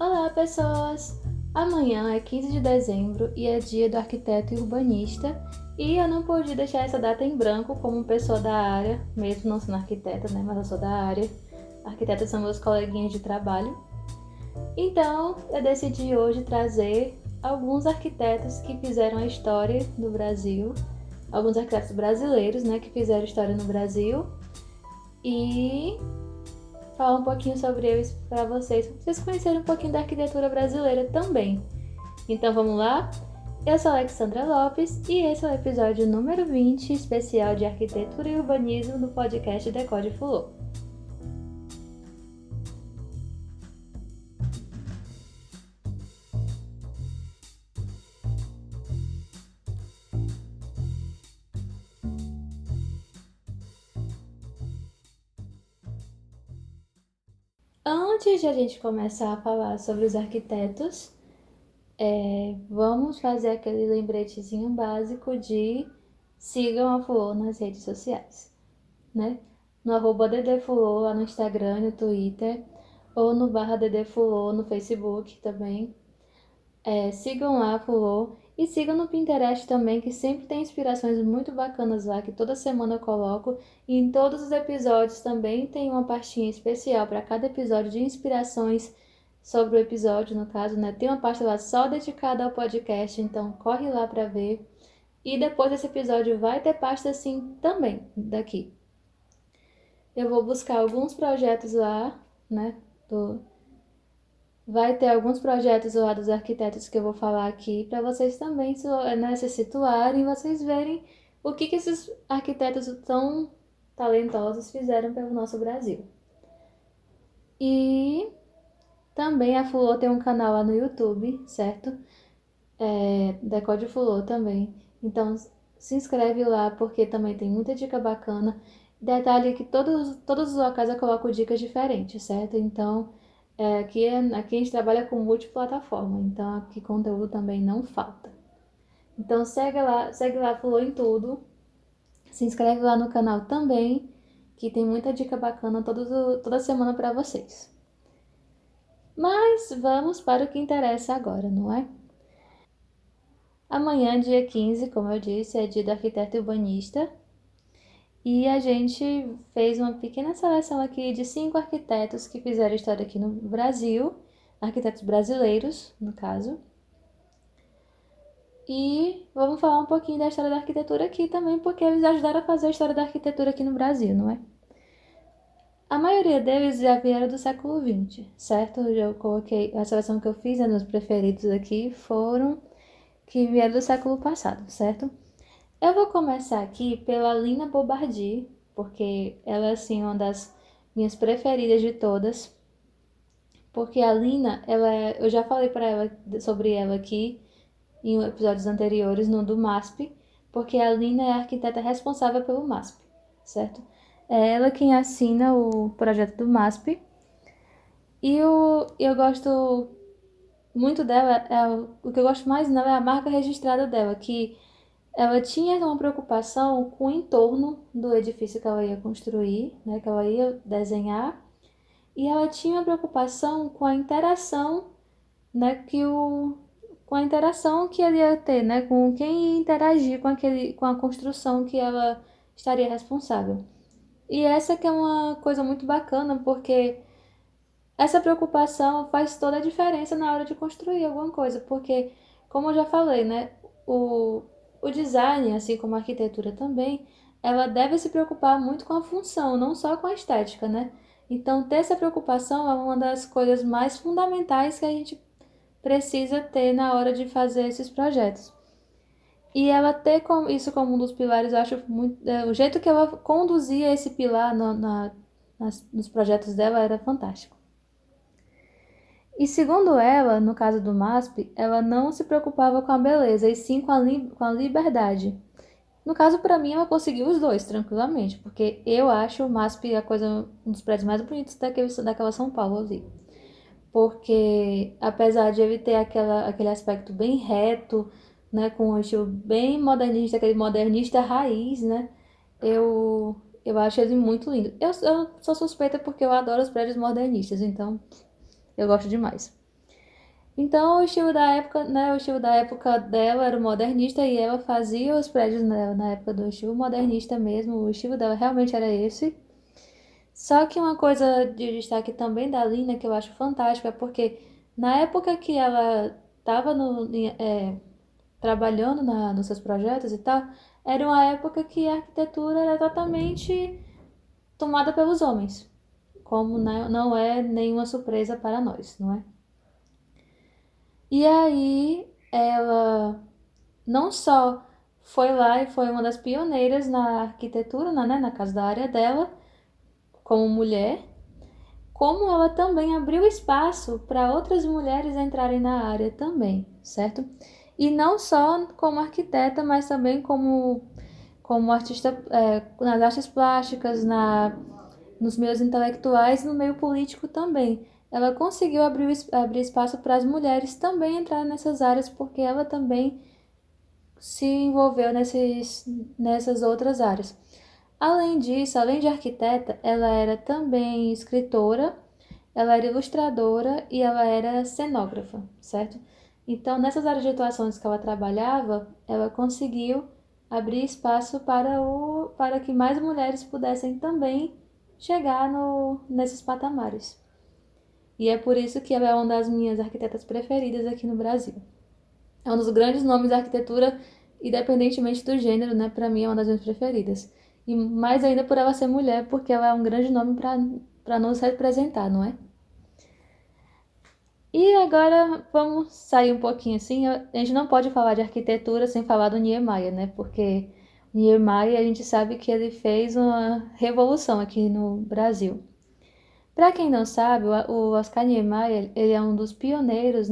Olá, pessoas! Amanhã é 15 de dezembro e é dia do arquiteto e urbanista, e eu não pude deixar essa data em branco como pessoa da área, mesmo não sendo arquiteta, né? Mas eu sou da área. Arquitetas são meus coleguinhas de trabalho. Então, eu decidi hoje trazer alguns arquitetos que fizeram a história do Brasil, alguns arquitetos brasileiros, né, que fizeram história no Brasil, e falar um pouquinho sobre eles para vocês conhecerem um pouquinho da arquitetura brasileira também. Então vamos lá? Eu sou Alexandra Lopes e esse é o episódio número 20, especial de arquitetura e urbanismo do podcast Decode Fulô. Antes de a gente começar a falar sobre os arquitetos, vamos fazer aquele lembretezinho básico de sigam a Fulô nas redes sociais, né? No @ddfulô lá no Instagram, no Twitter, ou no /ddfulô no Facebook também. Sigam lá a Fulô e sigam no Pinterest também, que sempre tem inspirações muito bacanas lá, que toda semana eu coloco. E em todos os episódios também tem uma pastinha especial para cada episódio de inspirações sobre o episódio, no caso, né? Tem uma pasta lá só dedicada ao podcast, então corre lá para ver. E depois desse episódio vai ter pasta assim também, daqui. Eu vou buscar alguns projetos lá, né? Vai ter alguns projetos lá dos arquitetos que eu vou falar aqui para vocês também se situarem e vocês verem o que esses arquitetos tão talentosos fizeram pelo nosso Brasil. E também a Fulô tem um canal lá no YouTube, certo? Decode Fulô também. Então se inscreve lá porque também tem muita dica bacana. Detalhe que todos os locais eu coloco dicas diferentes, certo? Então aqui a gente trabalha com multiplataforma, então aqui conteúdo também não falta. Então segue lá, Fulô em tudo. Se inscreve lá no canal também, que tem muita dica bacana toda semana para vocês. Mas vamos para o que interessa agora, não é? Amanhã, dia 15, como eu disse, é dia do arquiteto urbanista. E a gente fez uma pequena seleção aqui de 5 arquitetos que fizeram história aqui no Brasil, arquitetos brasileiros, no caso. E vamos falar um pouquinho da história da arquitetura aqui também, porque eles ajudaram a fazer a história da arquitetura aqui no Brasil, não é? A maioria deles já vieram do século XX, certo? Eu coloquei a seleção que eu fiz, né, meus preferidos aqui foram que vieram do século passado, certo? Eu vou começar aqui pela Lina Bobardi, porque ela é assim uma das minhas preferidas de todas. Porque a Lina, eu já falei para ela sobre ela aqui em episódios anteriores no do MASP, porque a Lina é a arquiteta responsável pelo MASP, certo? É ela quem assina o projeto do MASP. E eu gosto muito dela, o que eu gosto mais dela é a marca registrada dela, que ela tinha uma preocupação com o entorno do edifício que ela ia construir, né, que ela ia desenhar, e ela tinha uma preocupação com a interação, né, com a interação que ele ia ter, né, com quem ia interagir com a construção que ela estaria responsável. E essa que é uma coisa muito bacana, porque essa preocupação faz toda a diferença na hora de construir alguma coisa, porque, como eu já falei, né, o design, assim como a arquitetura também, ela deve se preocupar muito com a função, não só com a estética, né? Então, ter essa preocupação é uma das coisas mais fundamentais que a gente precisa ter na hora de fazer esses projetos. E ela ter isso como um dos pilares, eu acho muito. O jeito que ela conduzia esse pilar nos projetos dela era fantástico. E segundo ela, no caso do MASP, ela não se preocupava com a beleza, e sim com a liberdade. No caso, para mim, ela conseguiu os dois tranquilamente, porque eu acho o MASP um dos prédios mais bonitos daquela São Paulo ali. Porque, apesar de ele ter aquele aspecto bem reto, né, com um estilo bem modernista, aquele modernista raiz, né, eu acho ele muito lindo. Eu sou suspeita porque eu adoro os prédios modernistas, então eu gosto demais. Então, o estilo da época, né, o estilo da época dela era o modernista e ela fazia os prédios na época do estilo modernista mesmo. O estilo dela realmente era esse. Só que uma coisa de destaque também da Lina que eu acho fantástica é porque na época que ela estava trabalhando nos seus projetos e tal, era uma época que a arquitetura era totalmente tomada pelos homens, como não é nenhuma surpresa para nós, não é? E aí ela não só foi lá e foi uma das pioneiras na arquitetura, na casa da área dela, como mulher, como ela também abriu espaço para outras mulheres entrarem na área também, certo? E não só como arquiteta, mas também como artista nas artes plásticas, nos meios intelectuais e no meio político também. Ela conseguiu abrir espaço para as mulheres também entrarem nessas áreas, porque ela também se envolveu nessas outras áreas. Além disso, além de arquiteta, ela era também escritora, ela era ilustradora e ela era cenógrafa, certo? Então, nessas áreas de atuações que ela trabalhava, ela conseguiu abrir espaço para que mais mulheres pudessem também chegar nesses patamares. E é por isso que ela é uma das minhas arquitetas preferidas aqui no Brasil. É um dos grandes nomes da arquitetura, independentemente do gênero, né? Para mim é uma das minhas preferidas. E mais ainda por ela ser mulher, porque ela é um grande nome para nos representar, não é? E agora vamos sair um pouquinho assim. A gente não pode falar de arquitetura sem falar do Niemeyer, né? Porque Niemeyer a gente sabe que ele fez uma revolução aqui no Brasil. Para quem não sabe, o Oscar Niemeyer ele é um dos pioneiros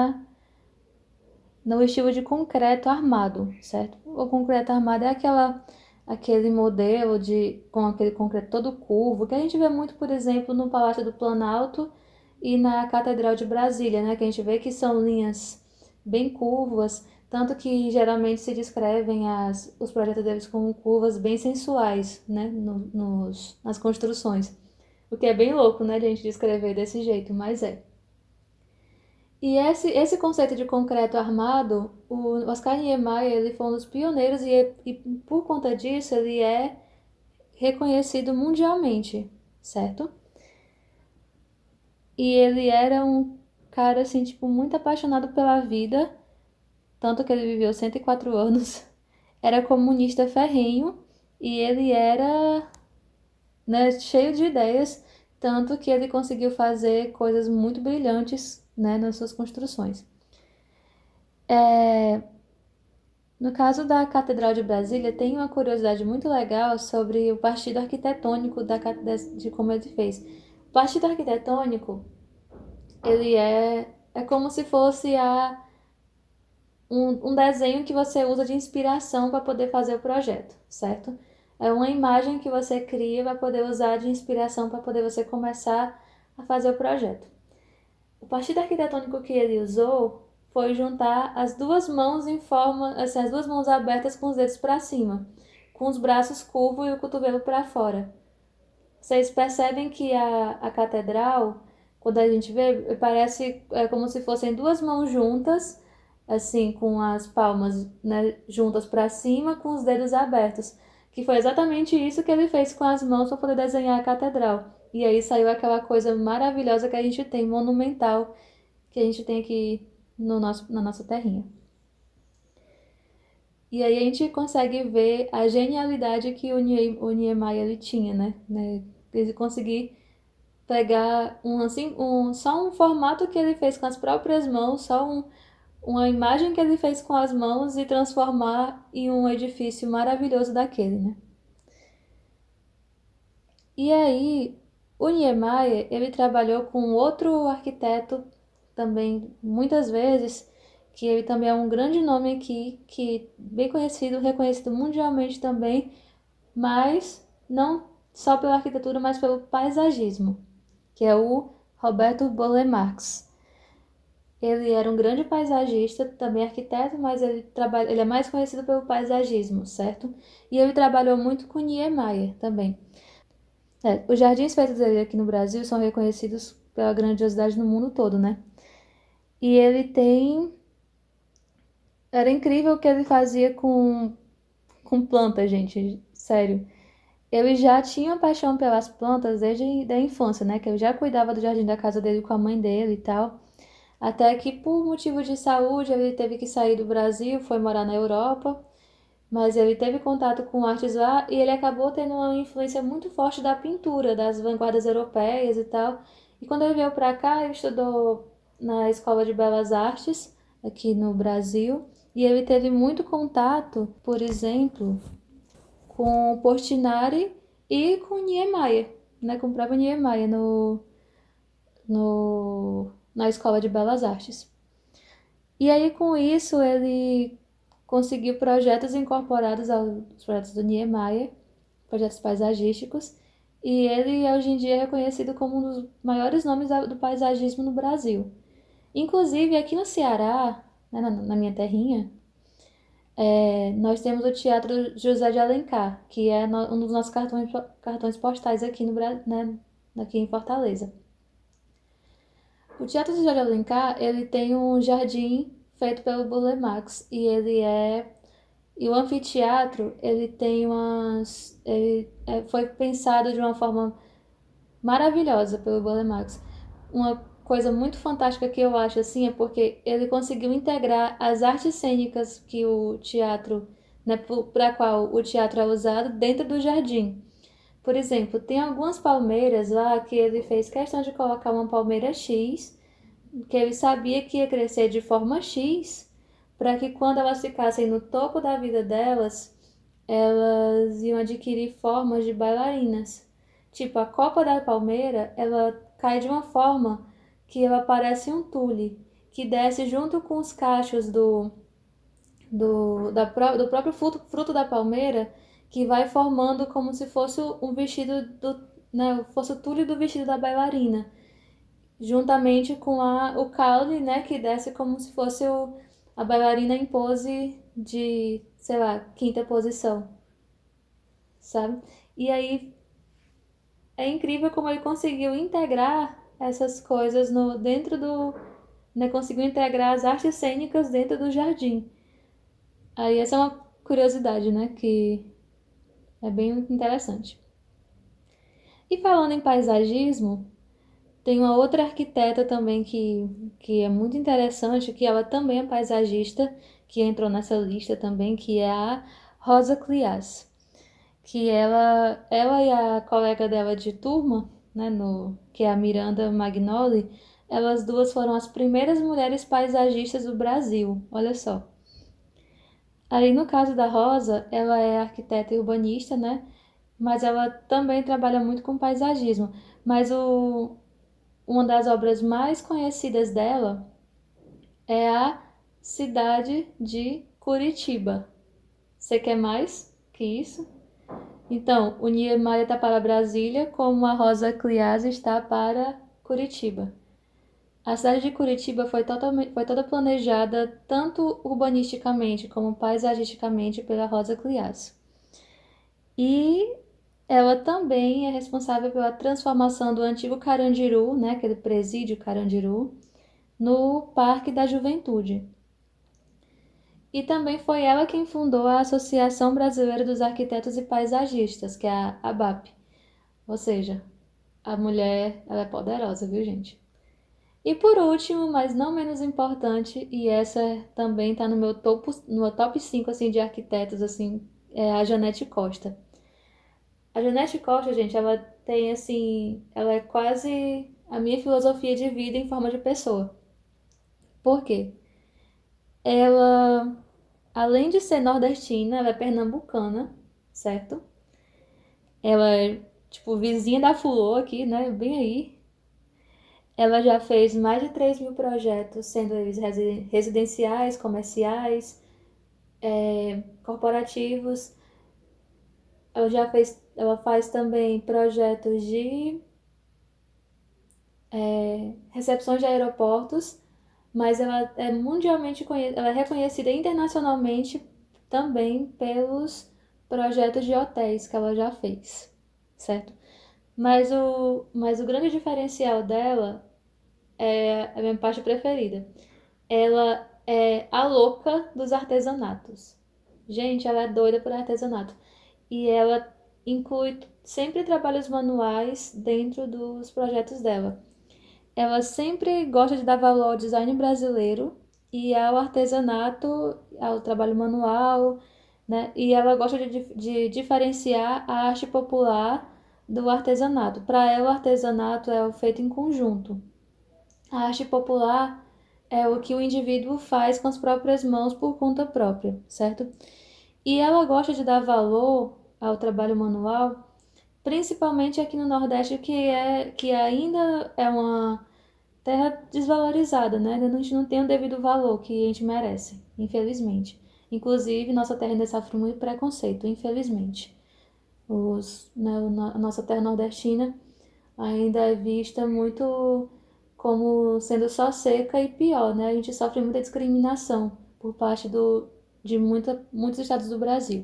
no estilo de concreto armado, certo? O concreto armado é aquele modelo com aquele concreto todo curvo, que a gente vê muito, por exemplo, no Palácio do Planalto e na Catedral de Brasília, né? Que a gente vê que são linhas bem curvas, tanto que geralmente se descrevem os projetos deles como curvas bem sensuais, né? Nas construções. O que é bem louco, né, de a gente descrever desse jeito, mas é. E esse conceito de concreto armado, o Oscar Niemeyer, ele foi um dos pioneiros e por conta disso ele é reconhecido mundialmente, certo? E ele era um cara, assim, tipo, muito apaixonado pela vida, tanto que ele viveu 104 anos, era comunista ferrenho e ele era, né, cheio de ideias, tanto que ele conseguiu fazer coisas muito brilhantes, né, nas suas construções. No caso da Catedral de Brasília, tem uma curiosidade muito legal sobre o partido arquitetônico de como ele fez. O partido arquitetônico, ele é como se fosse um desenho que você usa de inspiração para poder fazer o projeto, certo? É uma imagem que você cria para poder usar de inspiração para poder você começar a fazer o projeto. O partido arquitetônico que ele usou foi juntar as duas mãos em forma, assim, as duas mãos abertas com os dedos para cima, com os braços curvos e o cotovelo para fora. Vocês percebem que a catedral, quando a gente vê, parece como se fossem duas mãos juntas, assim, com as palmas, né, juntas para cima, com os dedos abertos. Que foi exatamente isso que ele fez com as mãos para poder desenhar a catedral. E aí saiu aquela coisa maravilhosa que a gente tem, monumental, que a gente tem aqui na nossa terrinha. E aí a gente consegue ver a genialidade que o Niemeyer ele tinha, né? Ele conseguir pegar só um formato que ele fez com as próprias mãos, uma imagem que ele fez com as mãos e transformar em um edifício maravilhoso daquele, né? E aí, o Niemeyer, ele trabalhou com outro arquiteto também muitas vezes, que ele também é um grande nome aqui, que bem conhecido, reconhecido mundialmente também, mas não só pela arquitetura, mas pelo paisagismo, que é o Roberto Burle Marx. Ele era um grande paisagista, também arquiteto, mas ele é mais conhecido pelo paisagismo, certo? E ele trabalhou muito com Niemeyer também. Os jardins feitos aqui no Brasil são reconhecidos pela grandiosidade no mundo todo, né? E ele tem... Era incrível o que ele fazia com plantas, gente. Sério. Ele já tinha paixão pelas plantas desde a infância, né? Que ele já cuidava do jardim da casa dele com a mãe dele e tal. Até que, por motivo de saúde, ele teve que sair do Brasil, foi morar na Europa. Mas ele teve contato com artes lá e ele acabou tendo uma influência muito forte da pintura, das vanguardas europeias e tal. E quando ele veio para cá, ele estudou na Escola de Belas Artes, aqui no Brasil. E ele teve muito contato, por exemplo, com Portinari e com Niemeyer, né, com o próprio Niemeyer na Escola de Belas Artes. E aí, com isso, ele conseguiu projetos incorporados aos projetos do Niemeyer, projetos paisagísticos, e ele hoje em dia é reconhecido como um dos maiores nomes do paisagismo no Brasil. Inclusive, aqui no Ceará, né, na minha terrinha, nós temos o Teatro José de Alencar, que é um dos nossos cartões postais aqui, né, aqui em Fortaleza. O Teatro José de Alencar, ele tem um jardim feito pelo Burle Marx e o anfiteatro, ele tem foi pensado de uma forma maravilhosa pelo Burle Marx. Uma coisa muito fantástica que eu acho assim é porque ele conseguiu integrar as artes cênicas que o teatro, né, para qual o teatro é usado dentro do jardim. Por exemplo, tem algumas palmeiras lá que ele fez questão de colocar uma palmeira X, que ele sabia que ia crescer de forma X, para que quando elas ficassem no topo da vida delas, elas iam adquirir formas de bailarinas. Tipo, a copa da palmeira, ela cai de uma forma que ela parece um tule, que desce junto com os cachos do próprio fruto da palmeira, que vai formando como se fosse um vestido né, fosse o tule do vestido da bailarina, juntamente com o caule, né, que desce como se fosse a bailarina em pose de, sei lá, quinta posição, sabe? E aí é incrível como ele conseguiu integrar essas coisas dentro né, conseguiu integrar as artes cênicas dentro do jardim. Aí essa é uma curiosidade, né, que é bem interessante. E falando em paisagismo, tem uma outra arquiteta também que é muito interessante, que ela também é paisagista, que entrou nessa lista também, que é a Rosa Clias. Que ela e a colega dela de turma, né, que é a Miranda Magnoli, elas duas foram as primeiras mulheres paisagistas do Brasil, olha só. Aí no caso da Rosa, ela é arquiteta e urbanista, né? Mas ela também trabalha muito com paisagismo. Mas uma das obras mais conhecidas dela é a cidade de Curitiba. Você quer mais que isso? Então, o Niemeyer está para Brasília, como a Rosa Clias está para Curitiba. A cidade de Curitiba foi toda planejada tanto urbanisticamente como paisagisticamente pela Rosa Clias. E ela também é responsável pela transformação do antigo Carandiru, né, aquele presídio Carandiru, no Parque da Juventude. E também foi ela quem fundou a Associação Brasileira dos Arquitetos e Paisagistas, que é a ABAP. Ou seja, a mulher, ela é poderosa, viu, gente? E por último, mas não menos importante, e essa também está no meu top 5 assim, de arquitetos, assim, é a Janete Costa. A Janete Costa, gente, ela tem assim, ela é quase a minha filosofia de vida em forma de pessoa. Por quê? Ela, além de ser nordestina, ela é pernambucana, certo? Ela é, tipo, vizinha da Fulô aqui, né? Bem aí. Ela já fez mais de 3.000 projetos, sendo eles residenciais, comerciais, corporativos. Ela faz também projetos de recepções de aeroportos, mas ela é mundialmente ela é reconhecida internacionalmente também pelos projetos de hotéis que ela já fez, certo? Mas o grande diferencial dela é a minha parte preferida. Ela é a louca dos artesanatos. Gente, ela é doida por artesanato. E ela inclui sempre trabalhos manuais dentro dos projetos dela. Ela sempre gosta de dar valor ao design brasileiro e ao artesanato, ao trabalho manual, né? E ela gosta de diferenciar a arte popular do artesanato. Para ela, o artesanato é o feito em conjunto. A arte popular é o que o indivíduo faz com as próprias mãos por conta própria, certo? E ela gosta de dar valor ao trabalho manual, principalmente aqui no Nordeste, que ainda é uma terra desvalorizada, né? A gente não tem o devido valor que a gente merece, infelizmente. Inclusive, nossa terra ainda sofre muito preconceito, infelizmente. A nossa terra nordestina ainda é vista muito como sendo só seca e pior, né? A gente sofre muita discriminação por parte de muitos estados do Brasil.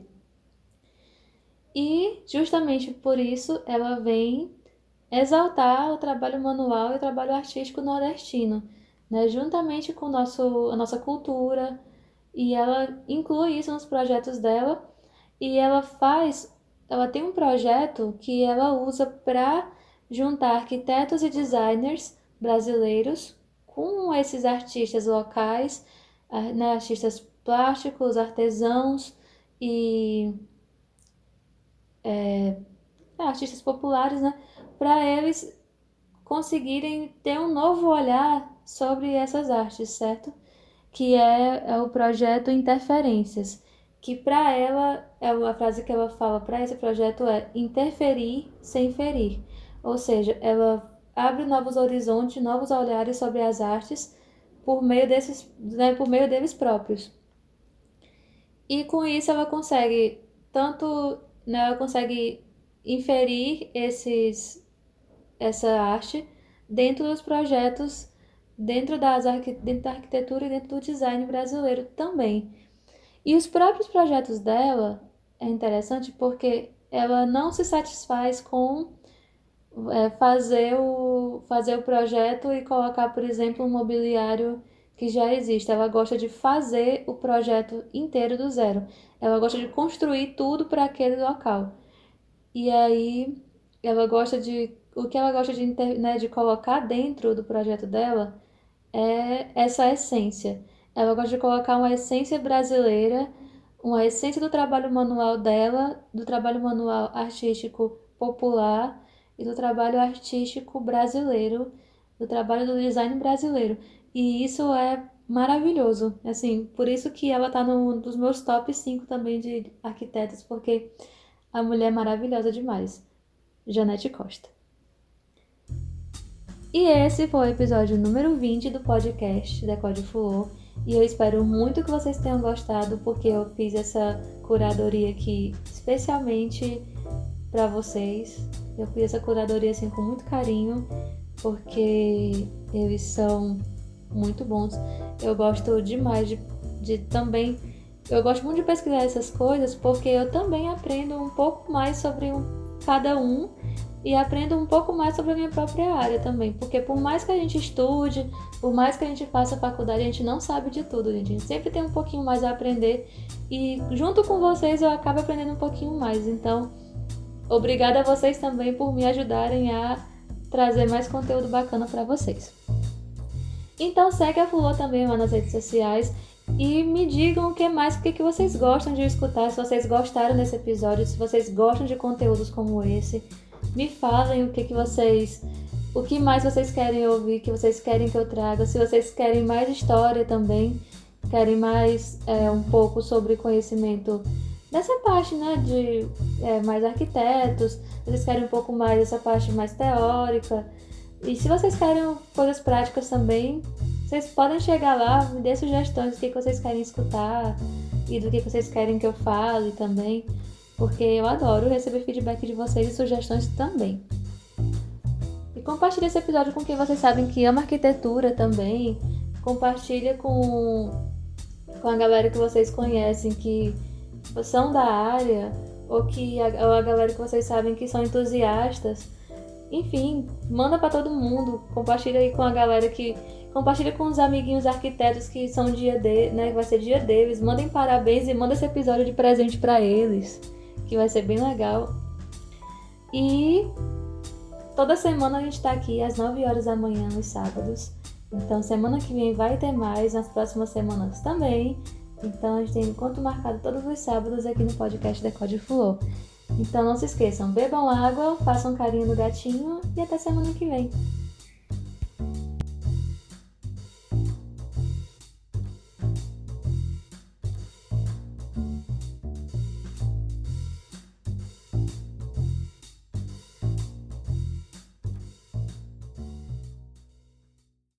E justamente por isso ela vem exaltar o trabalho manual e o trabalho artístico nordestino, né? Juntamente com a nossa cultura, e ela inclui isso nos projetos dela, e ela tem um projeto que ela usa para juntar arquitetos e designers brasileiros com esses artistas locais, né? Artistas plásticos, artesãos e artistas populares, né? Para eles conseguirem ter um novo olhar sobre essas artes, certo? Que é o projeto Interferências, que para ela, a frase que ela fala para esse projeto é interferir sem ferir. Ou seja, ela abre novos horizontes, novos olhares sobre as artes por meio desses, né, por meio deles próprios. E com isso ela consegue tanto, né, ela consegue inferir essa arte dentro dos projetos, dentro da arquitetura e dentro do design brasileiro também. E os próprios projetos dela é interessante porque ela não se satisfaz com fazer o projeto e colocar, por exemplo, um mobiliário que já existe. Ela gosta de fazer o projeto inteiro do zero. Ela gosta de construir tudo para aquele local. E aí o que ela gosta né, de colocar dentro do projeto dela é essa essência. Ela gosta de colocar uma essência brasileira, uma essência do trabalho manual dela, do trabalho manual artístico popular e do trabalho artístico brasileiro, do trabalho do design brasileiro. E isso é maravilhoso. Assim, por isso que ela tá no dos meus top 5 também de arquitetas, porque a mulher é maravilhosa demais. Janete Costa. E esse foi o episódio número 20 do podcast Decode Fluor. E eu espero muito que vocês tenham gostado, porque eu fiz essa curadoria aqui especialmente para vocês. Eu fiz essa curadoria assim com muito carinho, porque eles são muito bons. Eu gosto demais de também... Eu gosto muito de pesquisar essas coisas, porque eu também aprendo um pouco mais sobre cada um e aprendo um pouco mais sobre a minha própria área também. Porque por mais que a gente estude, por mais que a gente faça faculdade, a gente não sabe de tudo, gente. A gente sempre tem um pouquinho mais a aprender e junto com vocês eu acabo aprendendo um pouquinho mais. Então, obrigada a vocês também por me ajudarem a trazer mais conteúdo bacana para vocês. Então segue a Fulô também lá nas redes sociais e me digam o que vocês gostam de escutar, se vocês gostaram desse episódio, se vocês gostam de conteúdos como esse. Me falem o que mais vocês querem ouvir, que vocês querem que eu traga, se vocês querem mais história também, querem mais um pouco sobre conhecimento dessa parte, né, de mais arquitetos, vocês querem um pouco mais dessa parte mais teórica. E se vocês querem coisas práticas também, vocês podem chegar lá, me dê sugestões do que vocês querem escutar e do que vocês querem que eu fale também, porque eu adoro receber feedback de vocês e sugestões também. E compartilhe esse episódio com quem vocês sabem que ama arquitetura também. Compartilha com a galera que vocês conhecem, que são da área, ou a galera que vocês sabem que são entusiastas. Enfim, manda pra todo mundo, compartilha aí com a galera compartilha com os amiguinhos arquitetos que são né, que vai ser dia deles, mandem parabéns e manda esse episódio de presente pra eles, que vai ser bem legal. E toda semana a gente tá aqui às 9 horas da manhã nos sábados. Então semana que vem vai ter mais, nas próximas semanas também. Então a gente tem encontro marcado todos os sábados aqui no podcast Decode Flow. Então não se esqueçam, bebam água, façam carinho no gatinho e até semana que vem.